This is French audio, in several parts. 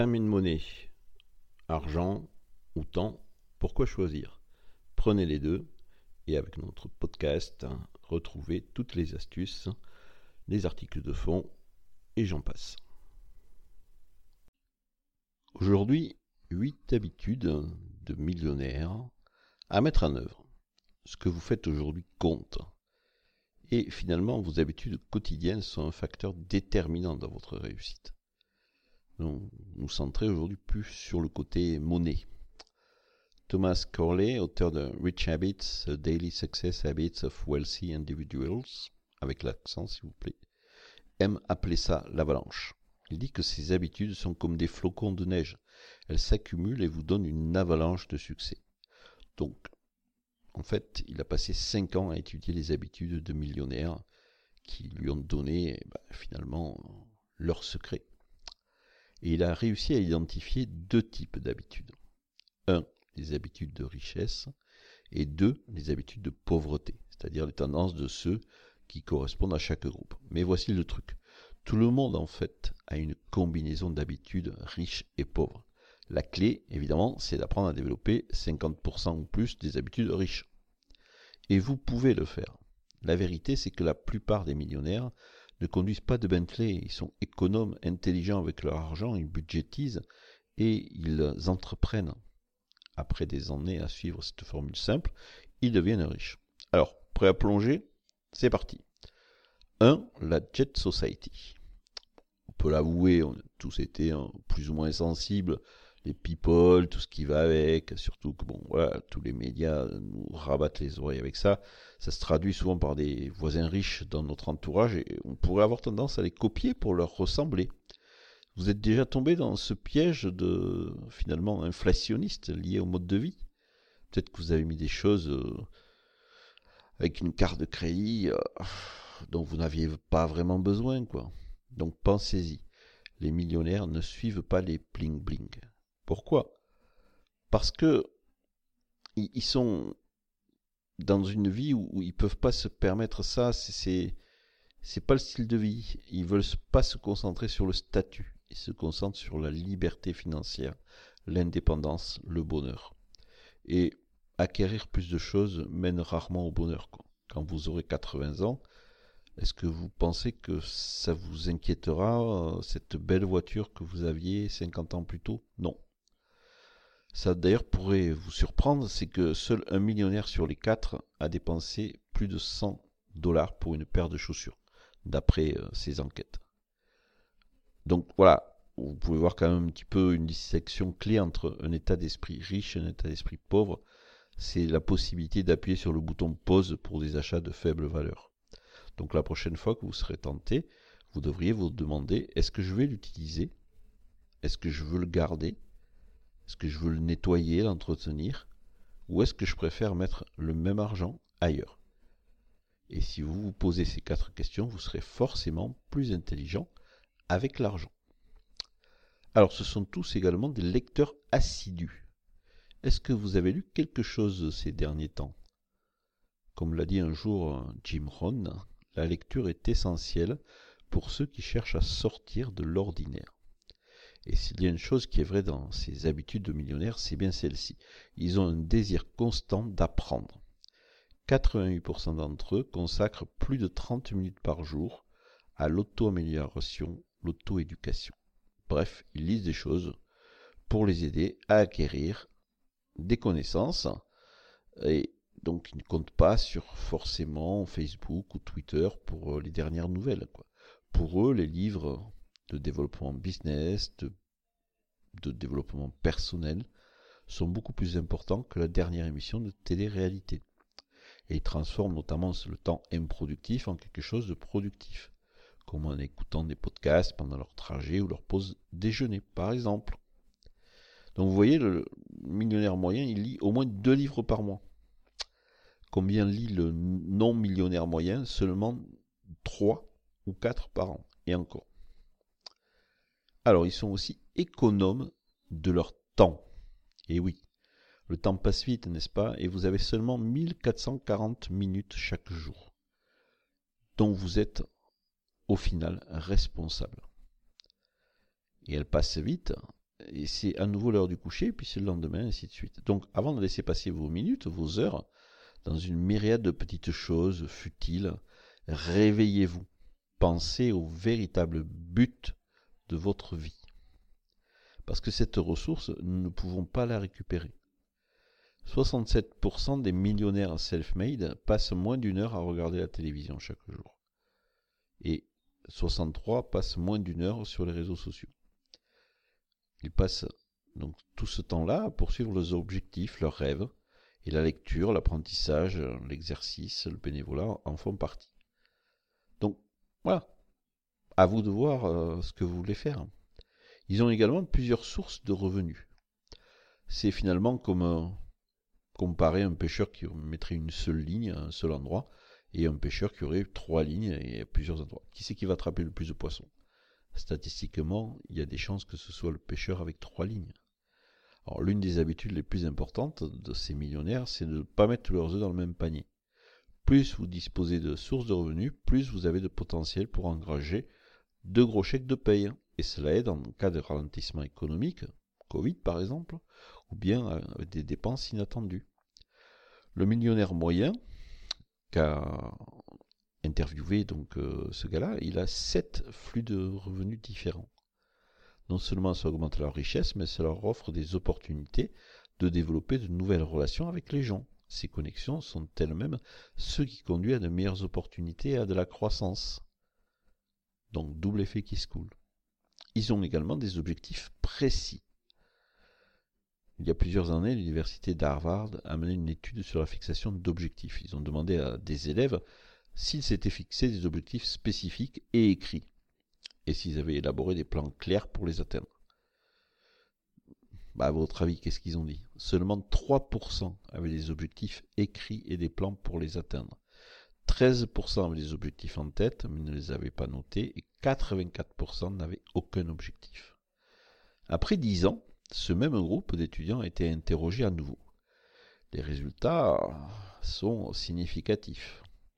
Time and money, argent ou temps, pourquoi choisir? Prenez les deux et avec notre podcast, retrouvez toutes les astuces, les articles de fond et j'en passe. Aujourd'hui, 8 habitudes de millionnaires à mettre en œuvre. Ce que vous faites aujourd'hui compte. Et finalement, vos habitudes quotidiennes sont un facteur déterminant dans votre réussite. Donc, nous centrer aujourd'hui plus sur le côté monnaie. Thomas Corley, auteur de Rich Habits, Daily Success Habits of Wealthy Individuals, avec l'accent s'il vous plaît, aime appeler ça l'avalanche. Il dit que ces habitudes sont comme des flocons de neige. Elles s'accumulent et vous donnent une avalanche de succès. Donc, en fait, il a passé 5 ans à étudier les habitudes de millionnaires qui lui ont donné finalement leur secret. Et il a réussi à identifier 2 types d'habitudes. 1, les habitudes de richesse, et 2, les habitudes de pauvreté, c'est-à-dire les tendances de ceux qui correspondent à chaque groupe. Mais voici le truc. Tout le monde, en fait, a une combinaison d'habitudes riches et pauvres. La clé, évidemment, c'est d'apprendre à développer 50% ou plus des habitudes riches. Et vous pouvez le faire. La vérité, c'est que la plupart des millionnaires ne conduisent pas de Bentley. Ils sont économes, intelligents avec leur argent, ils budgétisent et ils entreprennent. Après des années à suivre cette formule simple, ils deviennent riches. Alors, prêt à plonger? C'est parti. 1. La Jet Society. On peut l'avouer, on a tous été plus ou moins sensibles, les people, tout ce qui va avec, surtout que tous les médias nous rabattent les oreilles avec ça. Ça se traduit souvent par des voisins riches dans notre entourage et on pourrait avoir tendance à les copier pour leur ressembler. Vous êtes déjà tombé dans ce piège finalement inflationniste lié au mode de vie? Peut-être que vous avez mis des choses avec une carte de crédit dont vous n'aviez pas vraiment besoin, quoi. Donc pensez-y. Les millionnaires ne suivent pas les bling-bling. Pourquoi? Parce que ils sont dans une vie où ils peuvent pas se permettre ça. C'est pas le style de vie. Ils veulent pas se concentrer sur le statut. Ils se concentrent sur la liberté financière, l'indépendance, le bonheur. Et acquérir plus de choses mène rarement au bonheur, quoi. Quand vous aurez 80 ans, est-ce que vous pensez que ça vous inquiétera, cette belle voiture que vous aviez 50 ans plus tôt? Non. Ça d'ailleurs pourrait vous surprendre, c'est que seul un millionnaire sur les 4 a dépensé plus de $100 pour une paire de chaussures, d'après ces enquêtes. Donc voilà, vous pouvez voir quand même un petit peu une distinction clé entre un état d'esprit riche et un état d'esprit pauvre. C'est la possibilité d'appuyer sur le bouton pause pour des achats de faible valeur. Donc la prochaine fois que vous serez tenté, vous devriez vous demander, est-ce que je vais l'utiliser? Est-ce que je veux le garder? Est-ce que je veux le nettoyer, l'entretenir? Ou est-ce que je préfère mettre le même argent ailleurs? Et si vous vous posez ces 4 questions, vous serez forcément plus intelligent avec l'argent. Alors ce sont tous également des lecteurs assidus. Est-ce que vous avez lu quelque chose ces derniers temps? Comme l'a dit un jour Jim Rohn, la lecture est essentielle pour ceux qui cherchent à sortir de l'ordinaire. Et s'il y a une chose qui est vraie dans ces habitudes de millionnaires, c'est bien celle-ci. Ils ont un désir constant d'apprendre. 88% d'entre eux consacrent plus de 30 minutes par jour à l'auto-amélioration, l'auto-éducation. Bref, ils lisent des choses pour les aider à acquérir des connaissances et donc ils ne comptent pas sur forcément Facebook ou Twitter pour les dernières nouvelles, quoi. Pour eux, les livres de développement business, de développement personnel sont beaucoup plus importants que la dernière émission de télé-réalité. Et ils transforment notamment le temps improductif en quelque chose de productif, comme en écoutant des podcasts pendant leur trajet ou leur pause déjeuner, par exemple. Donc vous voyez, le millionnaire moyen, il lit au moins 2 livres par mois. Combien lit le non-millionnaire moyen? Seulement 3 ou 4 par an, et encore. Alors, ils sont aussi économes de leur temps. Et oui, le temps passe vite, n'est-ce pas? Et vous avez seulement 1440 minutes chaque jour, dont vous êtes au final responsable. Et elles passent vite, et c'est à nouveau l'heure du coucher, puis c'est le lendemain, ainsi de suite. Donc avant de laisser passer vos minutes, vos heures, dans une myriade de petites choses futiles, réveillez-vous. Pensez au véritable but de votre vie. Parce que cette ressource, nous ne pouvons pas la récupérer. 67% des millionnaires self-made passent moins d'une heure à regarder la télévision chaque jour. Et 63% passent moins d'une heure sur les réseaux sociaux. Ils passent donc tout ce temps-là à poursuivre leurs objectifs, leurs rêves, et la lecture, l'apprentissage, l'exercice, le bénévolat en font partie. Donc voilà, à vous de voir ce que vous voulez faire. Ils ont également plusieurs sources de revenus. C'est finalement comme comparer un pêcheur qui mettrait une seule ligne à un seul endroit et un pêcheur qui aurait 3 lignes et à plusieurs endroits. Qui c'est qui va attraper le plus de poissons? Statistiquement, il y a des chances que ce soit le pêcheur avec 3 lignes. Alors, l'une des habitudes les plus importantes de ces millionnaires, c'est de ne pas mettre tous leurs œufs dans le même panier. Plus vous disposez de sources de revenus, plus vous avez de potentiel pour engager de gros chèques de paye. Et cela aide en cas de ralentissement économique, Covid par exemple, ou bien avec des dépenses inattendues. Le millionnaire moyen, qu'a interviewé donc ce gars-là, il a 7 flux de revenus différents. Non seulement ça augmente leur richesse, mais ça leur offre des opportunités de développer de nouvelles relations avec les gens. Ces connexions sont elles-mêmes ce qui conduit à de meilleures opportunités et à de la croissance. Donc double effet qui se coule. Ils ont également des objectifs précis. Il y a plusieurs années, l'université d'Harvard a mené une étude sur la fixation d'objectifs. Ils ont demandé à des élèves s'ils s'étaient fixés des objectifs spécifiques et écrits, et s'ils avaient élaboré des plans clairs pour les atteindre. À votre avis, qu'est-ce qu'ils ont dit? Seulement 3% avaient des objectifs écrits et des plans pour les atteindre. 13% avaient des objectifs en tête, mais ne les avaient pas notés, et 84% n'avaient aucun objectif. Après 10 ans, ce même groupe d'étudiants a été interrogé à nouveau. Les résultats sont significatifs.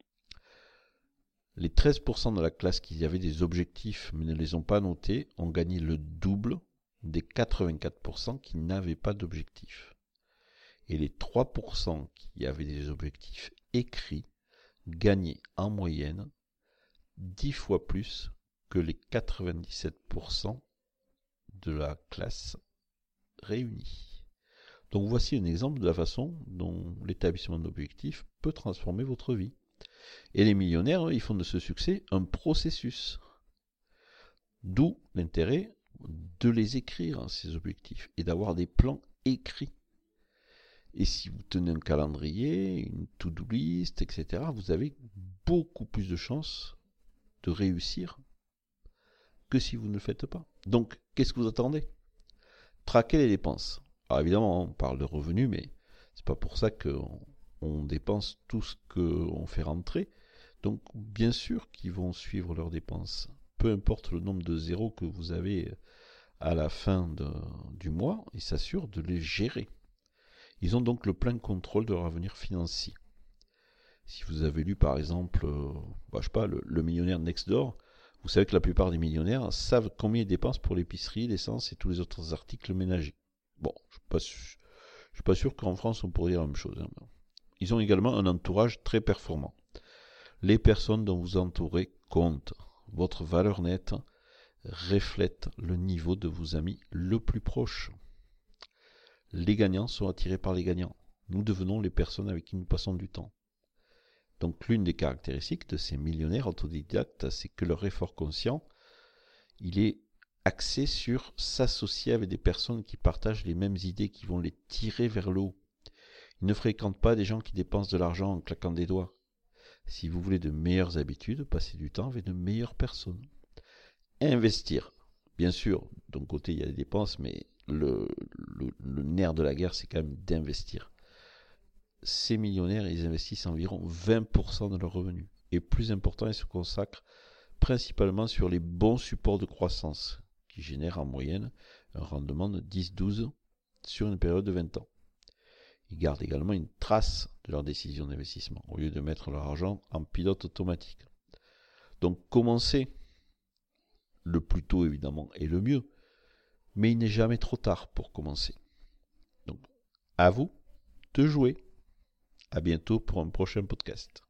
Les 13% de la classe qui avaient des objectifs mais ne les ont pas notés ont gagné le double des 84% qui n'avaient pas d'objectifs. Et les 3% qui avaient des objectifs écrits gagnaient en moyenne 10 fois plus que les 97% de la classe réunis. Donc voici un exemple de la façon dont l'établissement d'objectifs peut transformer votre vie. Et les millionnaires, ils font de ce succès un processus. D'où l'intérêt de les écrire, ces objectifs, et d'avoir des plans écrits. Et si vous tenez un calendrier, une to-do list, etc., vous avez beaucoup plus de chances de réussir que si vous ne le faites pas. Donc, qu'est-ce que vous attendez? Traquer les dépenses. Alors évidemment, on parle de revenus, mais c'est pas pour ça qu'on dépense tout ce qu'on fait rentrer. Donc, bien sûr qu'ils vont suivre leurs dépenses. Peu importe le nombre de zéros que vous avez à la fin du mois, ils s'assurent de les gérer. Ils ont donc le plein contrôle de leur avenir financier. Si vous avez lu par exemple, je sais pas, le millionnaire next door, vous savez que la plupart des millionnaires savent combien ils dépensent pour l'épicerie, l'essence et tous les autres articles ménagers. Bon, je suis pas sûr qu'en France on pourrait dire la même chose. Ils ont également un entourage très performant. Les personnes dont vous entourez comptent. Votre valeur nette reflète le niveau de vos amis le plus proche. Les gagnants sont attirés par les gagnants. Nous devenons les personnes avec qui nous passons du temps. Donc l'une des caractéristiques de ces millionnaires autodidactes, c'est que leur effort conscient, il est axé sur s'associer avec des personnes qui partagent les mêmes idées, qui vont les tirer vers le haut. Ils ne fréquentent pas des gens qui dépensent de l'argent en claquant des doigts. Si vous voulez de meilleures habitudes, passez du temps avec de meilleures personnes. Investir. Bien sûr, d'un côté il y a des dépenses, mais le nerf de la guerre, c'est quand même d'investir. Ces millionnaires, ils investissent environ 20% de leurs revenus. Et plus important, ils se consacrent principalement sur les bons supports de croissance, qui génèrent en moyenne un rendement de 10-12 sur une période de 20 ans. Ils gardent également une trace de leurs décisions d'investissement, au lieu de mettre leur argent en pilote automatique. Donc commencez le plus tôt évidemment et le mieux. mais il n'est jamais trop tard pour commencer. Donc, à vous de jouer. À bientôt pour un prochain podcast.